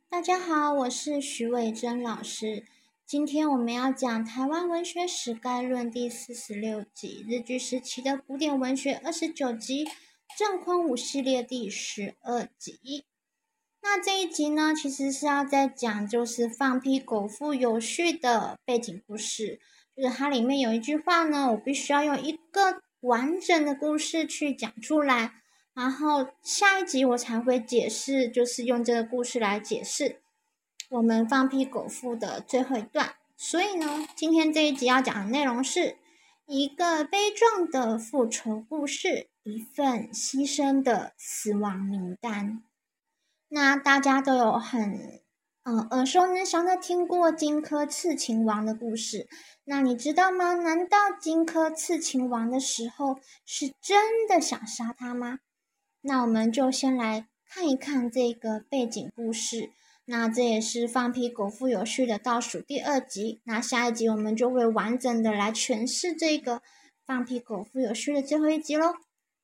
大家好，我是徐伟珍老师。今天我们要讲《台湾文学史概论》第46集，日据时期的古典文学29集，郑坤武系列第12集。那这一集呢，其实是要在讲就是放屁狗腹有序的背景故事，就是它里面有一句话呢，我必须要用一个完整的故事去讲出来。然后下一集我才会解释，就是用这个故事来解释我们放屁狗腹的最后一段。所以呢，今天这一集要讲的内容是一个悲壮的复仇故事，一份牺牲的死亡名单。那大家都有很耳熟能详的听过荆轲刺秦王的故事，那你知道吗？难道荆轲刺秦王的时候是真的想杀他吗？那我们就先来看一看这个背景故事。那这也是放屁狗腹有序的倒数第2集。那下一集我们就会完整的来诠释这个放屁狗腹有序的最后一集咯。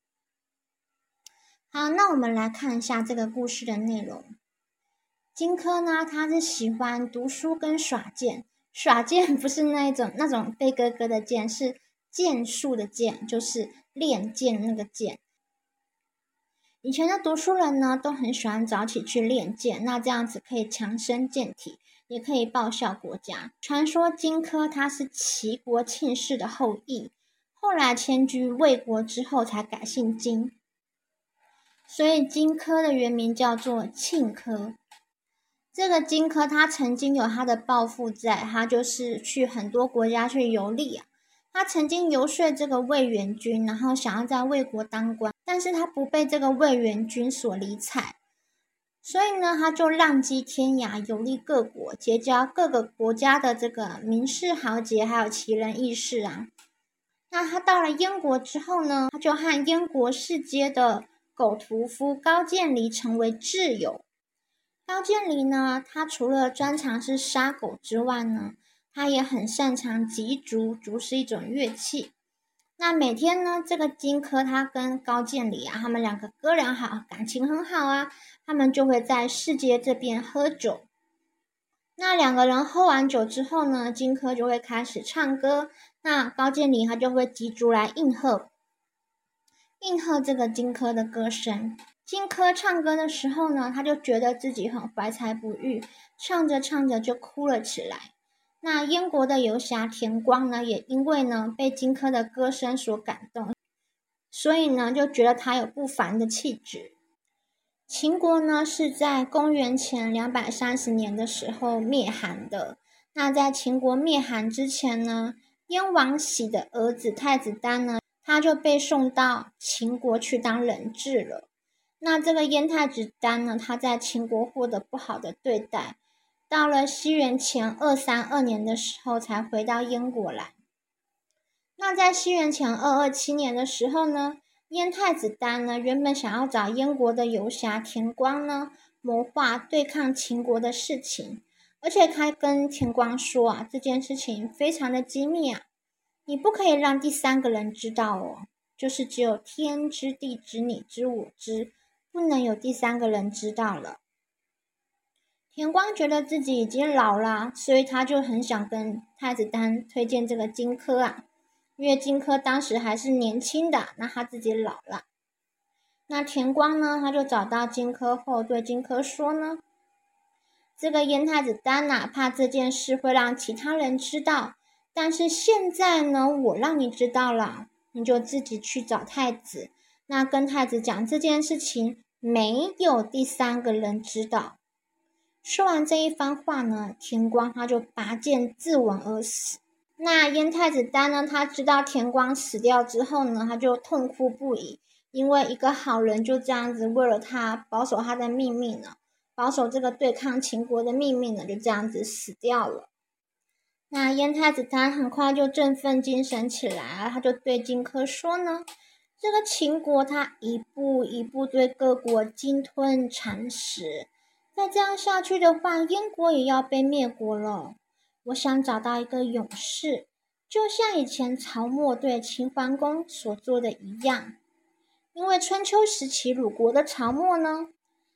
好，那我们来看一下这个故事的内容。荆轲呢，他是喜欢读书跟耍剑。耍剑不是那种飞哥哥的剑，是剑术的剑，就是练剑那个剑。以前的读书人呢，都很喜欢早起去练剑，那这样子可以强身健体，也可以报效国家。传说荆轲他是齐国庆氏的后裔，后来迁居魏国之后才改姓荆，所以荆轲的原名叫做庆轲。这个荆轲他曾经有他的抱负在，他就是去很多国家去游历啊。他曾经游说这个魏元君，然后想要在魏国当官，但是他不被这个魏元君所理睬，所以呢，他就浪迹天涯，游历各国，结交各个国家的这个名士豪杰，还有奇人异士啊。那他到了燕国之后呢，他就和燕国世阶的狗屠夫高渐离成为挚友。高渐离呢，他除了专长是杀狗之外呢，他也很擅长击竹，竹是一种乐器。那每天呢，这个荆轲他跟高渐离啊，他们两个哥俩好，感情很好啊，他们就会在市街这边喝酒。那两个人喝完酒之后呢，荆轲就会开始唱歌，那高渐离他就会击竹来应和这个荆轲的歌声。荆轲唱歌的时候呢，他就觉得自己很怀才不遇，唱着唱着就哭了起来。那燕国的游侠田光呢，也因为呢被荆轲的歌声所感动，所以呢就觉得他有不凡的气质。秦国呢是在公元前230年的时候灭韩的。那在秦国灭韩之前呢，燕王喜的儿子太子丹呢，他就被送到秦国去当人质了。那这个燕太子丹呢，他在秦国获得不好的对待，到了西元前232年的时候才回到燕国来。那在西元前227年的时候呢，燕太子丹呢原本想要找燕国的游侠田光呢谋划对抗秦国的事情，而且他跟田光说啊，这件事情非常的机密啊，你不可以让第三个人知道哦，就是只有天知地知你知我知，不能有第三个人知道了。田光觉得自己已经老了，所以他就很想跟太子丹推荐这个荆轲啊，因为荆轲当时还是年轻的，那他自己老了。那田光呢，他就找到荆轲后对荆轲说呢，这个燕太子丹哪怕这件事会让其他人知道，但是现在呢，我让你知道了，你就自己去找太子，那跟太子讲这件事情，没有第三个人知道。说完这一番话呢，田光他就拔剑自刎而死。那燕太子丹呢，他知道田光死掉之后呢，他就痛哭不已，因为一个好人就这样子为了他保守他的秘密呢，保守这个对抗秦国的秘密呢，就这样子死掉了。那燕太子丹很快就振奋精神起来，他就对荆轲说呢，这个秦国他一步一步对各国鲸吞蚕食，再这样下去的话，燕国也要被灭国了。我想找到一个勇士，就像以前曹沫对秦桓公所做的一样。因为春秋时期鲁国的曹沫呢，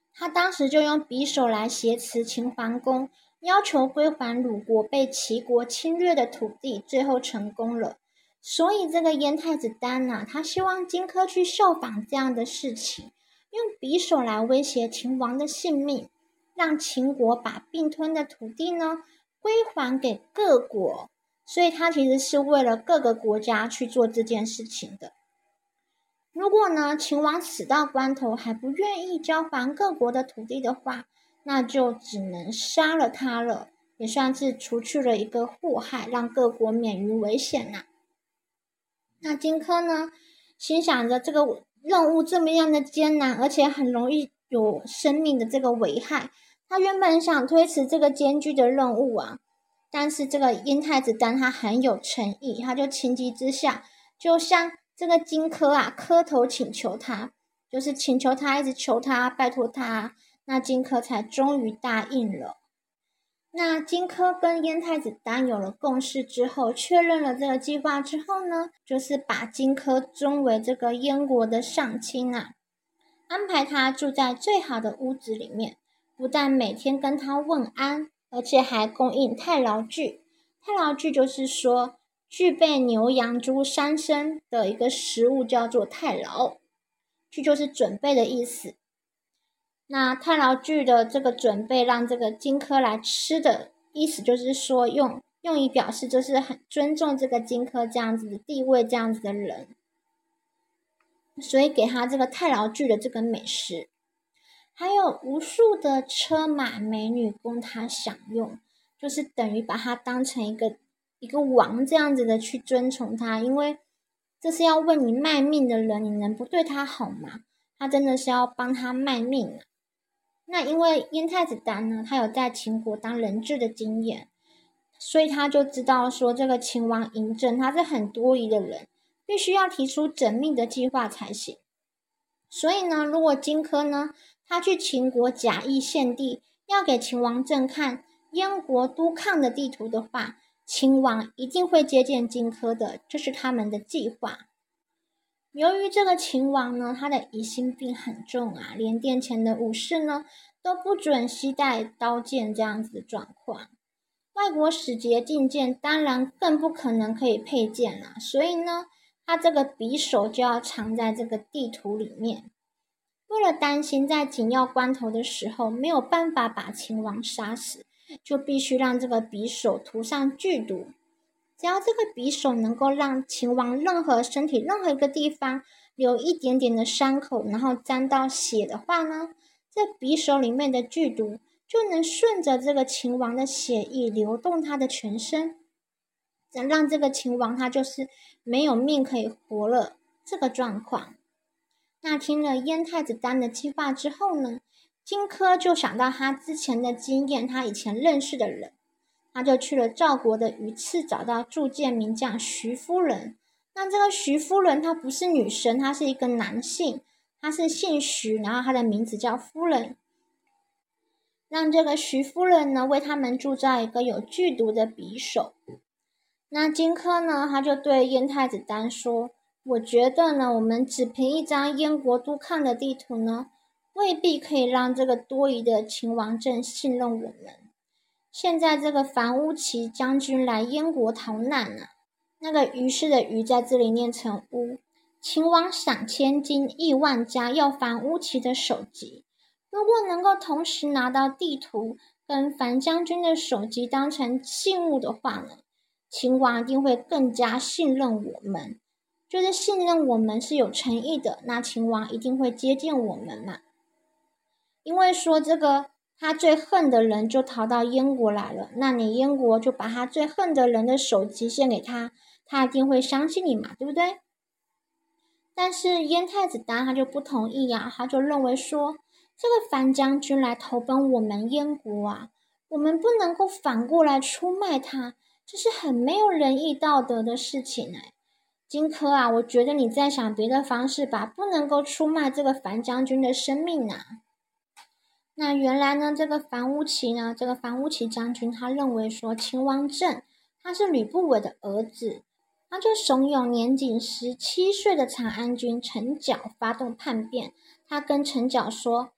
他当时就用匕首来挟持秦桓公，要求归还鲁国被齐国侵略的土地，最后成功了。所以这个燕太子丹他希望荆轲去效仿这样的事情，用匕首来威胁秦王的性命，让秦国把并吞的土地呢归还给各国。所以他其实是为了各个国家去做这件事情的。如果呢秦王死到关头还不愿意交还各国的土地的话，那就只能杀了他了，也算是除去了一个祸害，让各国免于危险那荆轲呢心想着这个任务这么样的艰难，而且很容易有生命的这个危害，他原本想推迟这个艰巨的任务但是这个燕太子丹他很有诚意，他就情急之下就向这个荆轲磕头请求他，就是请求他，一直求他，拜托他，那荆轲才终于答应了。那荆轲跟燕太子丹有了共识之后，确认了这个计划之后呢，就是把荆轲尊为这个燕国的上卿安排他住在最好的屋子里面，不但每天跟他问安，而且还供应太牢具。太牢具就是说具备牛羊猪三牲的一个食物，叫做太牢具，就是准备的意思。那太牢具的这个准备让这个荆轲来吃的意思，就是说用以表示就是很尊重这个荆轲这样子的地位，这样子的人，所以给他这个太牢具的这个美食。还有无数的车马美女供他享用，就是等于把他当成一个王这样子的去尊崇他，因为这是要为你卖命的人，你能不对他好吗？他真的是要帮他卖命那因为燕太子丹呢，他有在秦国当人质的经验，所以他就知道说这个秦王嬴政他是很多疑的人，必须要提出缜密的计划才行。所以呢，如果荆轲呢他去秦国假意献帝，要给秦王政看燕国督亢的地图的话，秦王一定会接见荆轲的，这是他们的计划。由于这个秦王呢，他的疑心病很重连殿前的武士呢都不准携带刀剑这样子的状况。外国使节进谏当然更不可能可以佩剑所以呢，他这个匕首就要藏在这个地图里面。为了担心在紧要关头的时候没有办法把秦王杀死，就必须让这个匕首涂上剧毒。只要这个匕首能够让秦王身体任何一个地方有一点点的伤口，然后沾到血的话呢，这匕首里面的剧毒就能顺着这个秦王的血液流动他的全身，让这个秦王他就是没有命可以活了这个状况。那听了燕太子丹的计划之后呢，荆轲就想到他之前的经验，他以前认识的人，他就去了赵国的榆次，找到铸剑名将徐夫人。那这个徐夫人她不是女生，她是一个男性，他是姓徐，然后他的名字叫夫人。让这个徐夫人呢为他们铸造一个有剧毒的匕首。那荆轲呢他就对燕太子丹说，我觉得呢我们只凭一张燕国督亢的地图呢未必可以让这个多疑的秦王政信任我们。现在这个樊乌齐将军来燕国逃难那个于是的于在这里念成乌。秦王赏千金亿万家要樊乌齐的首级，如果能够同时拿到地图跟樊将军的首级当成信物的话呢，秦王一定会更加信任我们，就是信任我们是有诚意的，那秦王一定会接见我们因为说这个他最恨的人就逃到燕国来了，那你燕国就把他最恨的人的首级献给他，他一定会相信你嘛，对不对？但是燕太子丹他就不同意他就认为说，这个樊将军来投奔我们燕国我们不能够反过来出卖他，这是很没有仁义道德的事情荆轲我觉得你在想别的方式吧，不能够出卖这个樊将军的生命那原来呢，这个樊乌齐将军他认为说，秦王政他是吕不韦的儿子，他就怂恿年仅17岁的长安君陈缴发动叛变。他跟陈缴说，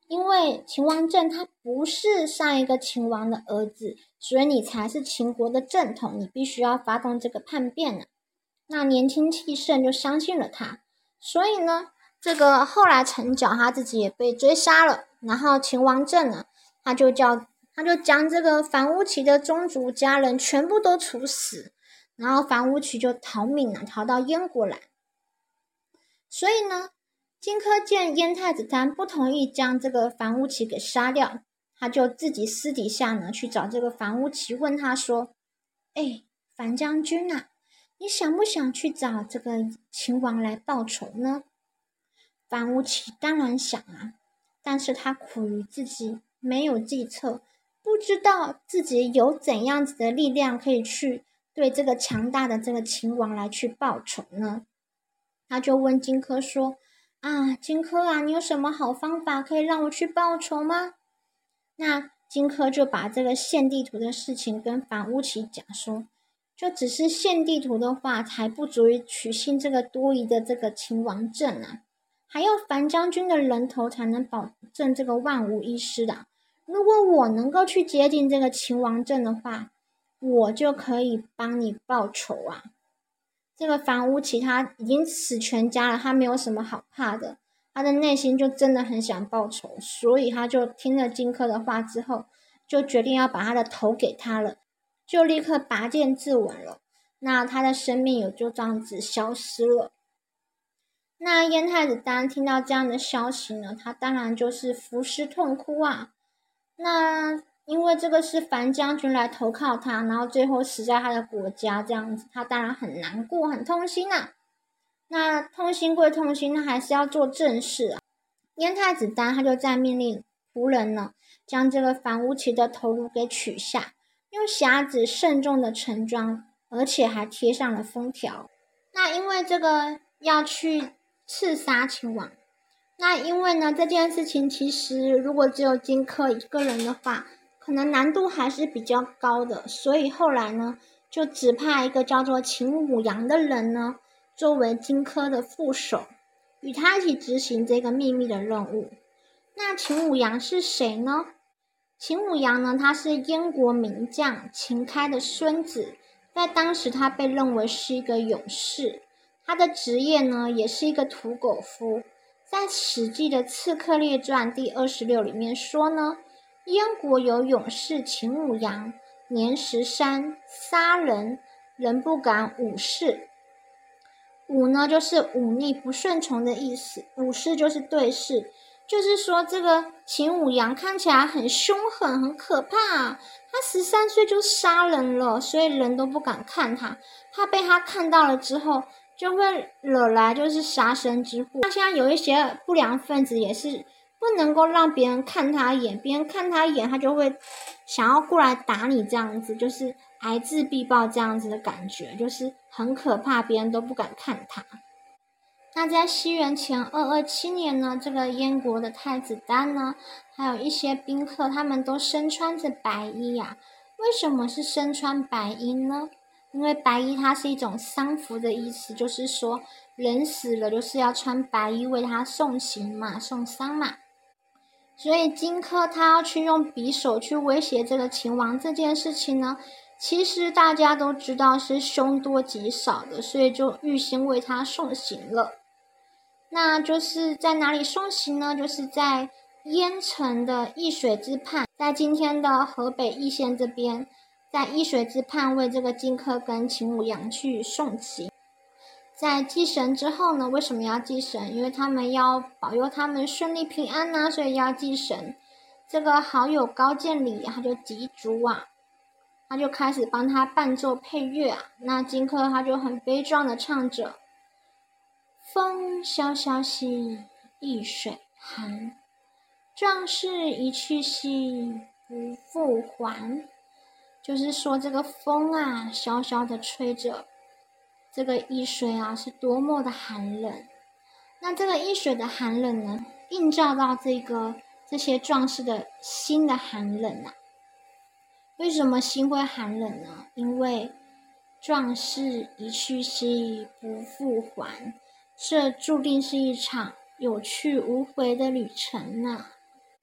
因为秦王政他不是上一个秦王的儿子，所以你才是秦国的正统，你必须要发动这个叛变呢。那年轻气盛就相信了他，所以呢，这个后来陈角他自己也被追杀了，然后秦王政呢，他就将这个樊於期的宗族家人全部都处死，然后樊於期就逃命了，逃到燕国来。所以呢，荆轲见燕太子丹不同意将这个樊於期给杀掉，他就自己私底下呢去找这个樊於期，问他说：“樊将军啊，你想不想去找这个秦王来报仇呢？”樊於期当然想啊，但是他苦于自己没有计策，不知道自己有怎样子的力量可以去对这个强大的这个秦王来去报仇呢。他就问荆轲说：“荆轲啊，你有什么好方法可以让我去报仇吗？”那荆轲就把这个献地图的事情跟樊於期讲说，就只是献地图的话，还不足以取信这个多疑的这个秦王政啊，还要樊将军的人头才能保证这个万无一失的。如果我能够去接近这个秦王政的话，我就可以帮你报仇啊。这个樊於期他已经死全家了，他没有什么好怕的，他的内心就真的很想报仇，所以他就听了荆轲的话之后，就决定要把他的头给他了，就立刻拔剑自刎了。那他的生命也就这样子消失了。那燕太子丹听到这样的消息呢，他当然就是伏尸痛哭啊。那因为这个是樊将军来投靠他，然后最后死在他的国家这样子，他当然很难过很痛心啊。那痛心归痛心，那还是要做正事啊。燕太子丹他就在命令仆人呢，将这个樊於期的头颅给取下，用匣子慎重的盛装，而且还贴上了封条。那因为这个要去刺杀秦王，那因为呢这件事情其实如果只有荆轲一个人的话，可能难度还是比较高的，所以后来呢就指派一个叫做秦舞阳的人呢作为荆轲的副手，与他一起执行这个秘密的任务。那秦舞阳是谁呢？秦舞阳呢，他是燕国名将秦开的孙子，在当时他被认为是一个勇士，他的职业呢也是一个土狗夫。在《史记》的《刺客列传》第26里面说呢，燕国有勇士秦舞阳，年13，杀人，人不敢忤视。忤呢就是忤逆不顺从的意思，忤视就是对视，就是说这个秦舞阳看起来很凶狠很可怕他13岁就杀人了，所以人都不敢看他，怕被他看到了之后就会惹来就是杀身之祸。那现在有一些不良分子也是不能够让别人看他一眼，别人看他一眼他就会想要过来打你，这样子就是睚眦必报这样子的感觉，就是很可怕，别人都不敢看他。那在西元前227年呢，这个燕国的太子丹呢，还有一些宾客，他们都身穿着白衣啊。为什么是身穿白衣呢？因为白衣它是一种丧服的意思，就是说人死了就是要穿白衣为他送行嘛，送丧嘛。所以荆轲他要去用匕首去威胁这个秦王这件事情呢，其实大家都知道是凶多吉少的，所以就预先为他送行了。那就是在哪里送行呢？就是在郾城的易水之畔，在今天的河北易县这边，在易水之畔为这个荆轲跟秦舞阳去送行。在祭神之后呢，为什么要祭神？因为他们要保佑他们顺利平安啊，所以要祭神。这个好友高渐离他就急卒啊，他就开始帮他伴奏配乐啊。那荆轲他就很悲壮的唱着：风萧萧兮易水寒，壮士一去兮不复还。就是说这个风啊萧萧的吹着，这个易水啊是多么的寒冷。那这个易水的寒冷呢，映照到这些壮士的心的寒冷啊。为什么心会寒冷呢？因为壮士一去兮不复还，这注定是一场有去无回的旅程啊。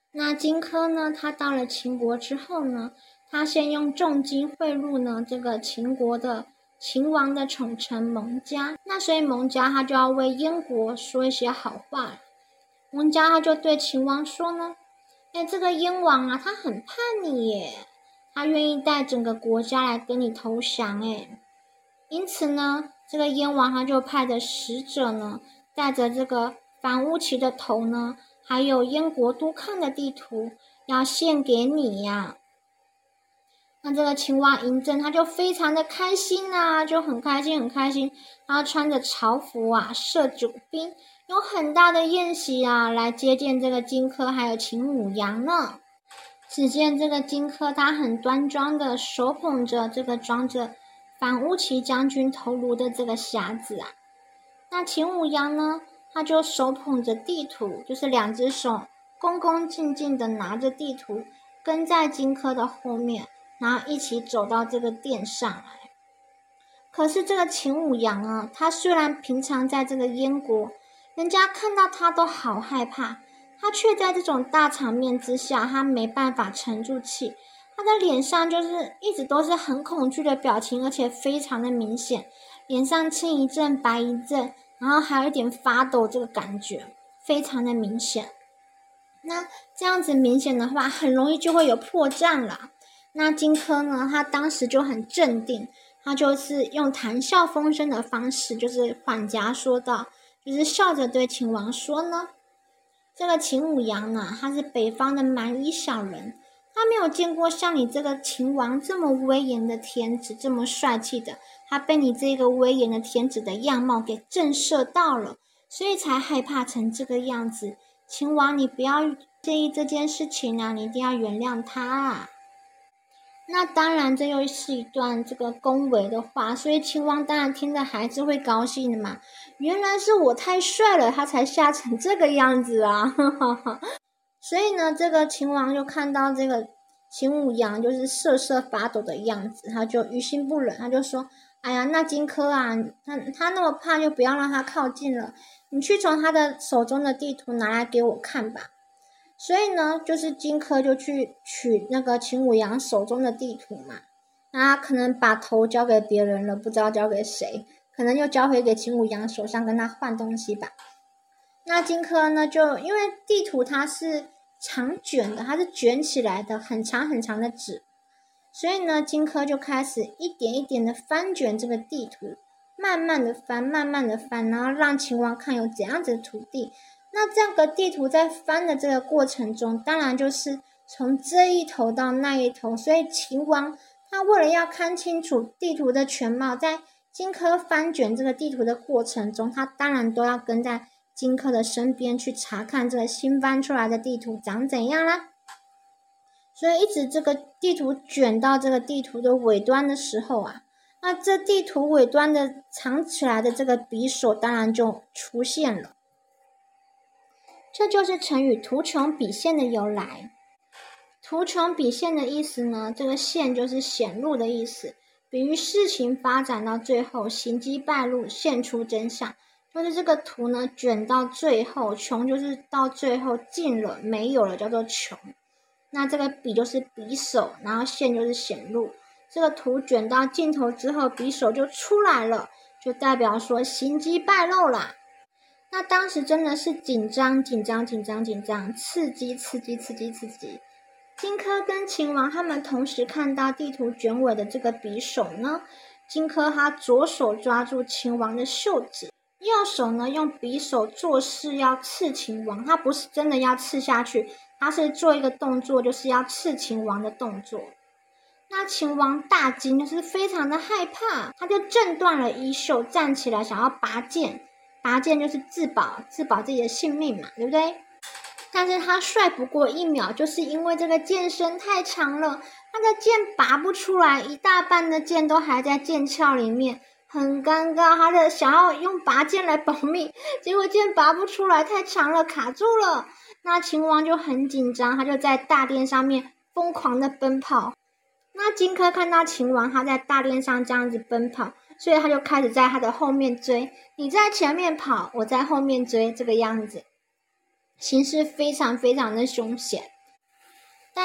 那荆轲呢，他到了秦国之后呢，他先用重金贿赂呢这个秦王的宠臣蒙嘉。那所以蒙嘉他就要为燕国说一些好话。蒙嘉他就对秦王说呢，这个燕王啊，他很怕你耶，他愿意带整个国家来跟你投降耶。因此呢，这个燕王他就派的使者呢，带着这个樊於期的头呢，还有燕国督亢的地图，要献给你呀。那这个秦王嬴政他就非常的开心啊，就很开心，然后穿着朝服啊，设酒宾，有很大的宴席啊，来接见这个荆轲还有秦舞阳呢。只见这个荆轲他很端庄的手捧着这个装着樊於期将军头颅的这个匣子啊，那秦舞阳呢，他就手捧着地图，就是两只手恭恭敬敬的拿着地图，跟在荆轲的后面，然后一起走到这个殿上来。可是这个秦舞阳啊，他虽然平常在这个燕国，人家看到他都好害怕，他却在这种大场面之下，他没办法沉住气，他的脸上就是一直都是很恐惧的表情，而且非常的明显，脸上青一阵白一阵，然后还有一点发抖，这个感觉非常的明显。那这样子明显的话，很容易就会有破绽了。那荆轲呢，他当时就很镇定，他就是用谈笑风生的方式，就是缓颊说道，就是笑着对秦王说呢，这个秦舞阳呢，他是北方的蛮夷小人，他没有见过像你这个秦王这么威严的天子，这么帅气的，他被你这个威严的天子的样貌给震慑到了，所以才害怕成这个样子。秦王你不要介意这件事情啊，你一定要原谅他啊。那当然这又是一段这个恭维的话，所以秦王当然听了还是会高兴的嘛，原来是我太帅了，他才吓成这个样子啊。所以呢，这个秦王就看到这个秦舞阳就是瑟瑟发抖的样子，他就于心不忍，他就说，哎呀，那荆轲啊，他那么怕，就不要让他靠近了，你去从他的手中的地图拿来给我看吧。所以呢，就是荆轲就去取那个秦舞阳手中的地图嘛，那他可能把头交给别人了，不知道交给谁，可能就交回给秦舞阳手上跟他换东西吧。那荆轲呢，就因为地图它是长卷的，它是卷起来的，很长很长的纸，所以呢，荆轲就开始一点一点的翻卷这个地图，慢慢的翻，然后让秦王看有怎样子的土地。那这个地图在翻的这个过程中，当然就是从这一头到那一头，所以秦王他为了要看清楚地图的全貌，在荆轲翻卷这个地图的过程中，他当然都要跟在荆轲的身边去查看这个新翻出来的地图长怎样啦。所以一直这个地图卷到这个地图的尾端的时候啊，那这地图尾端的藏起来的这个匕首当然就出现了。这就是成语图穷匕现的由来。图穷匕现的意思呢，这个现就是显露的意思，比喻事情发展到最后，行迹败露，现出真相。就是这个图呢卷到最后，穷就是到最后尽了，没有了，叫做穷。那这个匕就是匕首，然后现就是显露。这个图卷到尽头之后，匕首就出来了，就代表说行迹败露啦。那当时真的是紧张，刺激。荆轲跟秦王他们同时看到地图卷尾的这个匕首呢，荆轲他左手抓住秦王的袖子，右手呢用匕首做事要刺秦王，他不是真的要刺下去，他是做一个动作，就是要刺秦王的动作。那秦王大惊，就是非常的害怕，他就挣断了衣袖，站起来想要拔剑，拔剑就是自保自己的性命嘛，对不对？但是他率不过1秒，就是因为这个剑身太长了，他的剑拔不出来，一大半的剑都还在剑鞘里面，很尴尬，他的想要用拔剑来保命，结果剑拔不出来，太长了，卡住了。那秦王就很紧张，他就在大殿上面疯狂的奔跑。那荆轲看到秦王他在大殿上这样子奔跑，所以他就开始在他的后面追，你在前面跑，我在后面追，这个样子形势非常非常的凶险。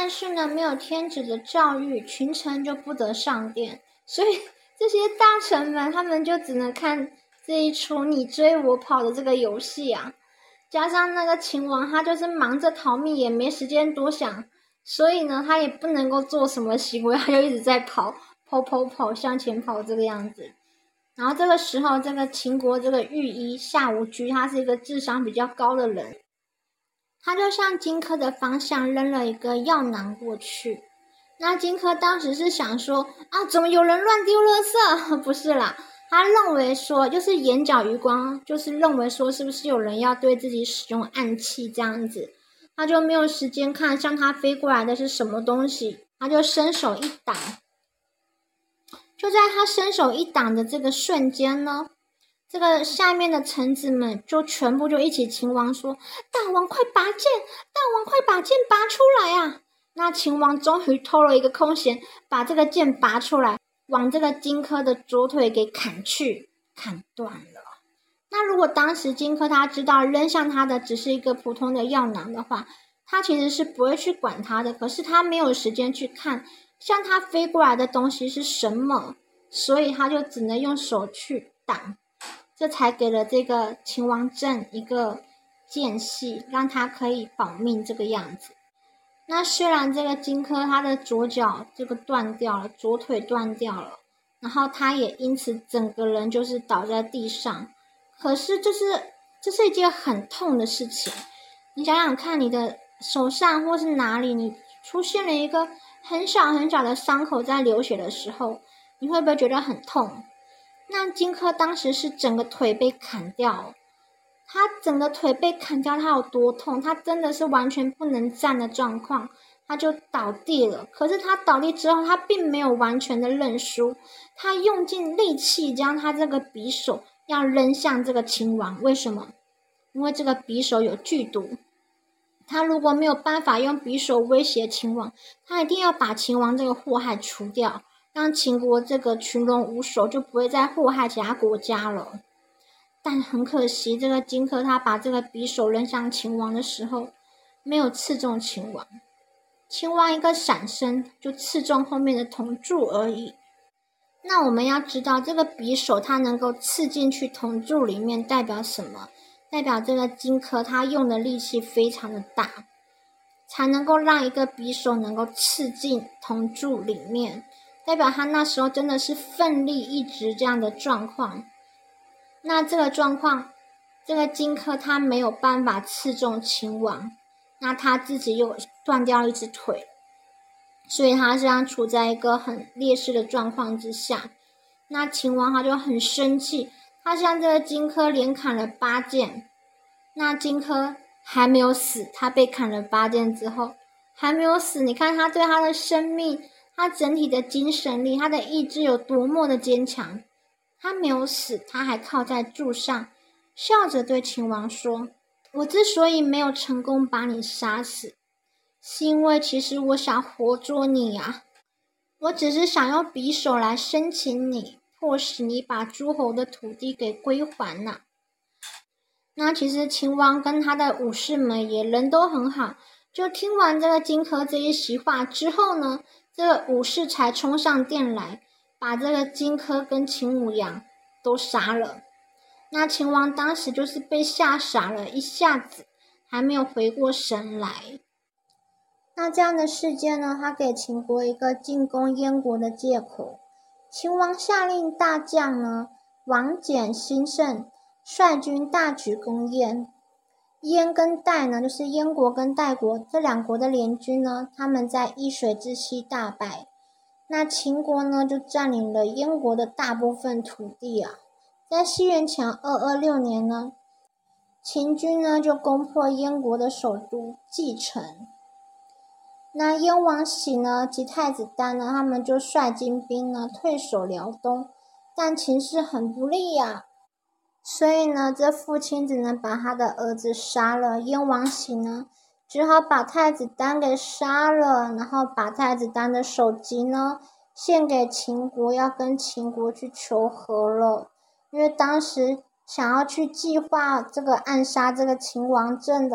但是呢，没有天子的诏谕，群臣就不得上殿，所以这些大臣们他们就只能看这一出你追我跑的这个游戏啊。加上那个秦王他就是忙着逃命，也没时间多想，所以呢他也不能够做什么行为，他就一直在跑向前跑这个样子。然后这个时候这个秦国这个御医夏无居，他是一个智商比较高的人，他就向荆轲的方向扔了一个药囊过去。那荆轲当时是想说啊，怎么有人乱丢垃圾？不是啦，他认为说就是眼角余光，就是认为说是不是有人要对自己使用暗器这样子，他就没有时间看向他飞过来的是什么东西，他就伸手一挡。就在他伸手一挡的这个瞬间呢，这个下面的臣子们就全部就一起秦王说，大王快拔剑，大王快把剑拔出来啊。那秦王终于偷了一个空闲，把这个剑拔出来，往这个荆轲的左腿给砍断了。那如果当时荆轲他知道扔向他的只是一个普通的药囊的话，他其实是不会去管他的，可是他没有时间去看向他飞过来的东西是什么，所以他就只能用手去挡，这才给了这个秦王政一个间隙，让他可以保命这个样子。那虽然这个荆轲他的左脚这个断掉了，左腿断掉了，然后他也因此整个人就是倒在地上，可是这是一件很痛的事情。你想想看，你的手上或是哪里你出现了一个很小很小的伤口在流血的时候，你会不会觉得很痛？那荆轲当时是整个腿被砍掉，他整个腿被砍掉，他有多痛？他真的是完全不能站的状况，他就倒地了。可是他倒地之后，他并没有完全的认输，他用尽力气将他这个匕首要扔向这个秦王。为什么？因为这个匕首有剧毒，他如果没有办法用匕首威胁秦王，他一定要把秦王这个祸害除掉，让秦国这个群龙无首，就不会再祸害其他国家了。但很可惜，这个荆轲他把这个匕首扔向秦王的时候，没有刺中秦王，秦王一个闪身就刺中后面的铜柱而已。那我们要知道，这个匕首它能够刺进去铜柱里面，代表什么？代表这个荆轲他用的力气非常的大，才能够让一个匕首能够刺进铜柱里面，代表他那时候真的是奋力一直这样的状况。那这个状况，这个荆轲他没有办法刺中秦王，那他自己又断掉一只腿，所以他这样处在一个很劣势的状况之下。那秦王他就很生气，他向这个荆轲连砍了8剑。那荆轲还没有死，他被砍了8剑之后还没有死，你看他对他的生命，他整体的精神力，他的意志有多么的坚强。他没有死，他还靠在柱上，笑着对秦王说，我之所以没有成功把你杀死，是因为其实我想活捉你啊，我只是想用匕首来生擒你，迫使你把诸侯的土地给归还了。那其实秦王跟他的武士们也人都很好，就听完这个荆轲这一席话之后呢，这个武士才冲上殿来，把这个荆轲跟秦舞阳都杀了。那秦王当时就是被吓傻了，一下子还没有回过神来。那这样的事件呢，他给秦国一个进攻燕国的借口。秦王下令大将呢王翦、辛胜率军大举攻燕。燕跟代呢，就是燕国跟代国这2国的联军呢，他们在易水之西大败。那秦国呢就占领了燕国的大部分土地啊。在西元前226年呢，秦军呢就攻破燕国的首都蓟城。那燕王喜呢及太子丹呢，他们就率精兵呢退守辽东，但情势很不利啊，所以呢这父亲只能把他的儿子杀了。燕王喜呢只好把太子丹给杀了，然后把太子丹的首级呢献给秦国，要跟秦国去求和了。因为当时想要去计划这个暗杀这个秦王政的，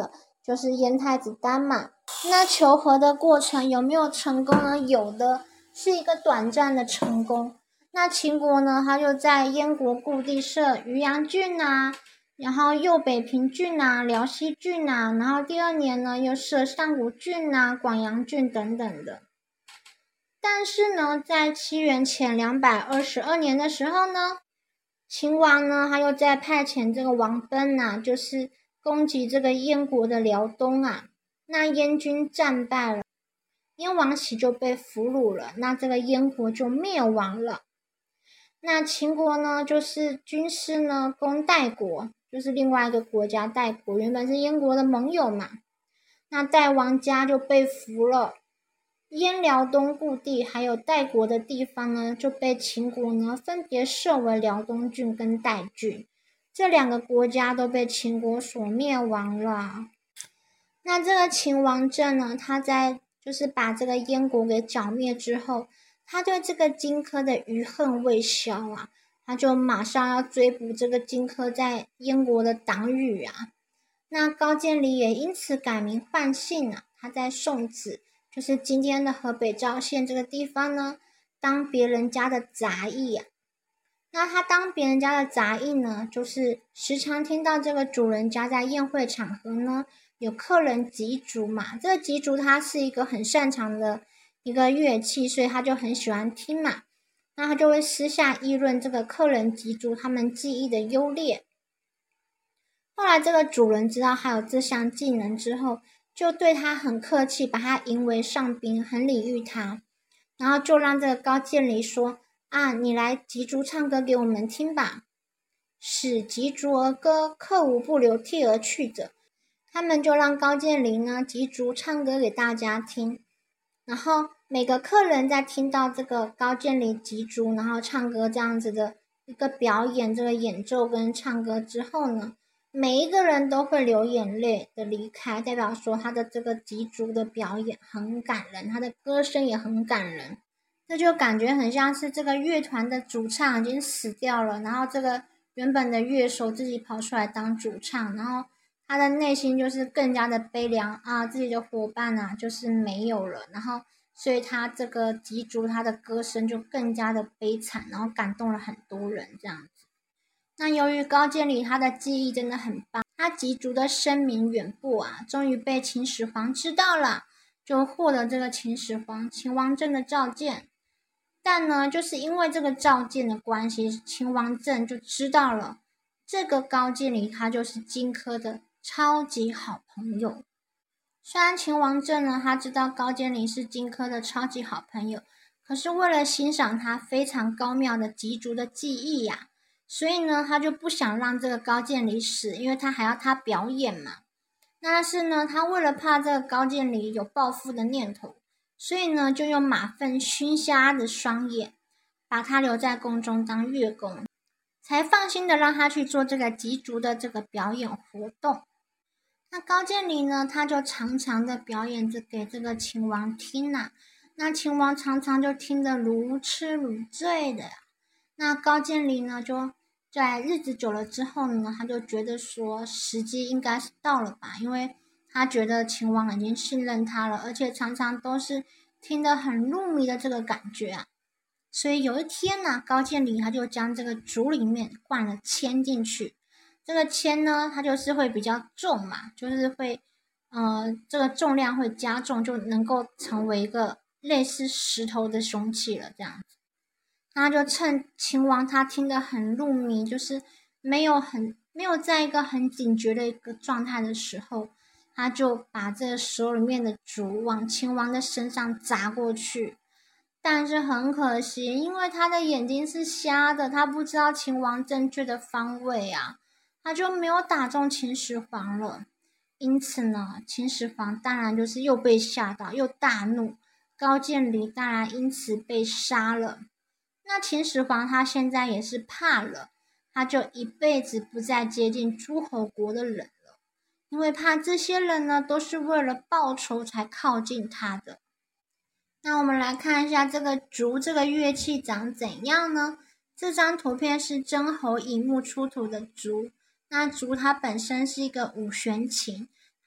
就是燕太子丹嘛。那求和的过程有没有成功呢？有的，是一个短暂的成功。那秦国呢，他就在燕国故地设渔阳郡啊，然后右北平郡啊、辽西郡啊，然后第二年呢又设上古郡啊、广阳郡等等的。但是呢，在西元前222年的时候呢，秦王呢他又在派遣这个王贲啊，就是攻击这个燕国的辽东啊。那燕军战败了，燕王喜就被俘虏了，那这个燕国就灭亡了。那秦国呢，就是军师呢攻代国，就是另外一个国家代国，原本是燕国的盟友嘛。那代王家就被俘了，燕辽东故地还有代国的地方呢，就被秦国呢分别设为辽东郡跟代郡，这两个国家都被秦国所灭亡了。那这个秦王政呢，他在就是把这个燕国给剿灭之后，他对这个荆轲的余恨未消啊，他就马上要追捕这个荆轲在燕国的党羽啊。那高渐离也因此改名换姓啊，他在宋子，就是今天的河北赵县这个地方呢，当别人家的杂役啊。那他当别人家的杂役呢，就是时常听到这个主人家在宴会场合呢有客人击竹嘛，这个击竹它是一个很擅长的一个乐器，所以他就很喜欢听嘛。那他就会私下议论这个客人击竹他们技艺的优劣。后来这个主人知道他有这项技能之后，就对他很客气，把他迎为上宾，很礼遇他。然后就让这个高渐离说啊，你来击竹唱歌给我们听吧。使击竹而歌，客无不流涕而去者。他们就让高渐离呢击竹唱歌给大家听。然后每个客人在听到这个高渐离击竹然后唱歌这样子的一个表演，这个演奏跟唱歌之后呢，每一个人都会流眼泪的离开，代表说他的这个击竹的表演很感人，他的歌声也很感人。这就感觉很像是这个乐团的主唱已经死掉了，然后这个原本的乐手自己跑出来当主唱，然后他的内心就是更加的悲凉啊，自己的伙伴啊就是没有了，然后所以他这个击竹他的歌声就更加的悲惨，然后感动了很多人这样子。那由于高渐离他的技艺真的很棒，他击竹的声名远播啊，终于被秦始皇知道了，就获得这个秦始皇秦王政的召见。但呢，就是因为这个召见的关系，秦王政就知道了这个高渐离他就是荆轲的超级好朋友。虽然秦王政呢，他知道高渐离是荆轲的超级好朋友，可是为了欣赏他非常高妙的击竹的技艺呀，所以呢，他就不想让这个高渐离死，因为他还要他表演嘛。但是呢，他为了怕这个高渐离有报复的念头，所以呢，就用马粪熏瞎的双眼，把他留在宫中当乐工，才放心的让他去做这个击竹的这个表演活动。那高渐离呢，他就常常的表演着给这个秦王听啊，那秦王常常就听得如痴如醉的。那高渐离呢，就在日子久了之后呢，他就觉得说时机应该是到了吧，因为他觉得秦王已经信任他了，而且常常都是听得很入迷的这个感觉啊。所以有一天呢，高渐离他就将这个竹里面灌了铅进去。这个铅呢，它就是会比较重嘛，就是会这个重量会加重，就能够成为一个类似石头的凶器了这样子。那就趁秦王他听得很入迷，就是没有在一个很警觉的一个状态的时候，他就把这手里面的竹往秦王的身上砸过去。但是很可惜，因为他的眼睛是瞎的，他不知道秦王正确的方位啊，他就没有打中秦始皇了。因此呢，秦始皇当然就是又被吓到又大怒，高渐离当然因此被杀了。那秦始皇他现在也是怕了，他就一辈子不再接近诸侯国的人了，因为怕这些人呢都是为了报仇才靠近他的。那我们来看一下这个竹这个乐器长怎样呢？这张图片是曾侯乙墓出土的竹。那竹它本身是一个五弦琴，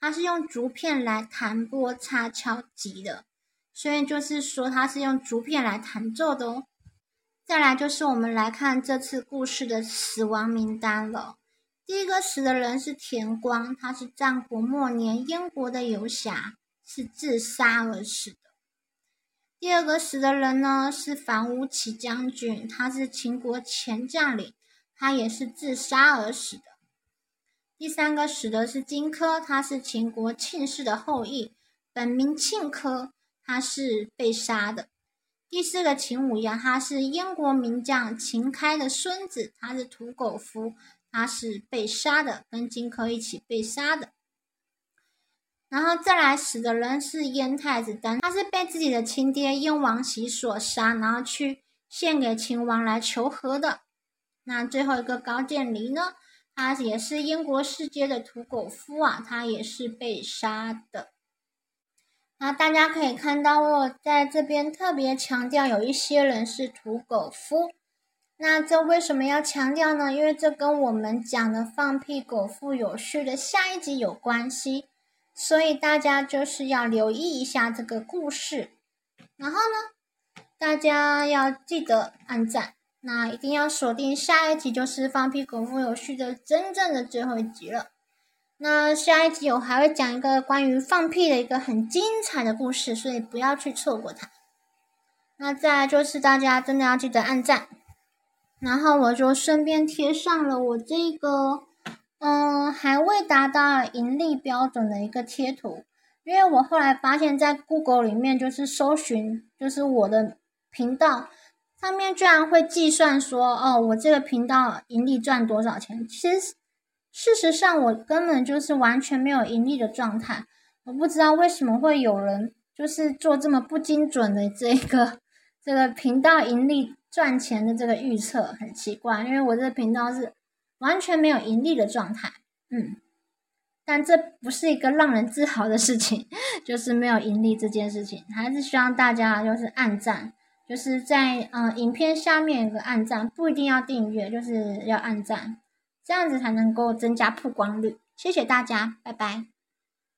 它是用竹片来弹拨、擦、敲击的，所以就是说它是用竹片来弹奏的哦。再来就是我们来看这次故事的死亡名单了。第一个死的人是田光，他是战国末年燕国的游侠，是自杀而死的。第二个死的人呢是樊於期将军，他是秦国前将领，他也是自杀而死的。第三个死的是荆轲，他是秦国庆氏的后裔，本名庆轲，他是被杀的。第四个秦舞阳，他是燕国名将秦开的孙子，他是屠狗夫，他是被杀的，跟荆轲一起被杀的。然后再来死的人是燕太子丹，他是被自己的亲爹燕王喜所杀，然后去献给秦王来求和的。那最后一个高渐离呢，他也是燕国世阶的屠狗夫啊，他也是被杀的。那大家可以看到我在这边特别强调有一些人是屠狗夫，那这为什么要强调呢？因为这跟我们讲的放屁狗腹有序的下一集有关系，所以大家就是要留意一下这个故事。然后呢，大家要记得按赞，那一定要锁定下一集，就是放屁狗腹有序的真正的最后一集了。那下一集我还会讲一个关于放屁的一个很精彩的故事，所以不要去错过它。那再来就是大家真的要记得按赞，然后我就顺便贴上了我这个还未达到盈利标准的一个贴图，因为我后来发现在 Google 里面就是搜寻就是我的频道上面居然会计算说我这个频道盈利赚多少钱，其实事实上我根本就是完全没有盈利的状态，我不知道为什么会有人就是做这么不精准的这个频道盈利赚钱的这个预测，很奇怪，因为我这个频道是完全没有盈利的状态，但这不是一个让人自豪的事情，就是没有盈利这件事情，还是希望大家就是按赞，就是在影片下面有个按赞，不一定要订阅，就是要按赞。这样子才能够增加曝光率，谢谢大家，拜拜。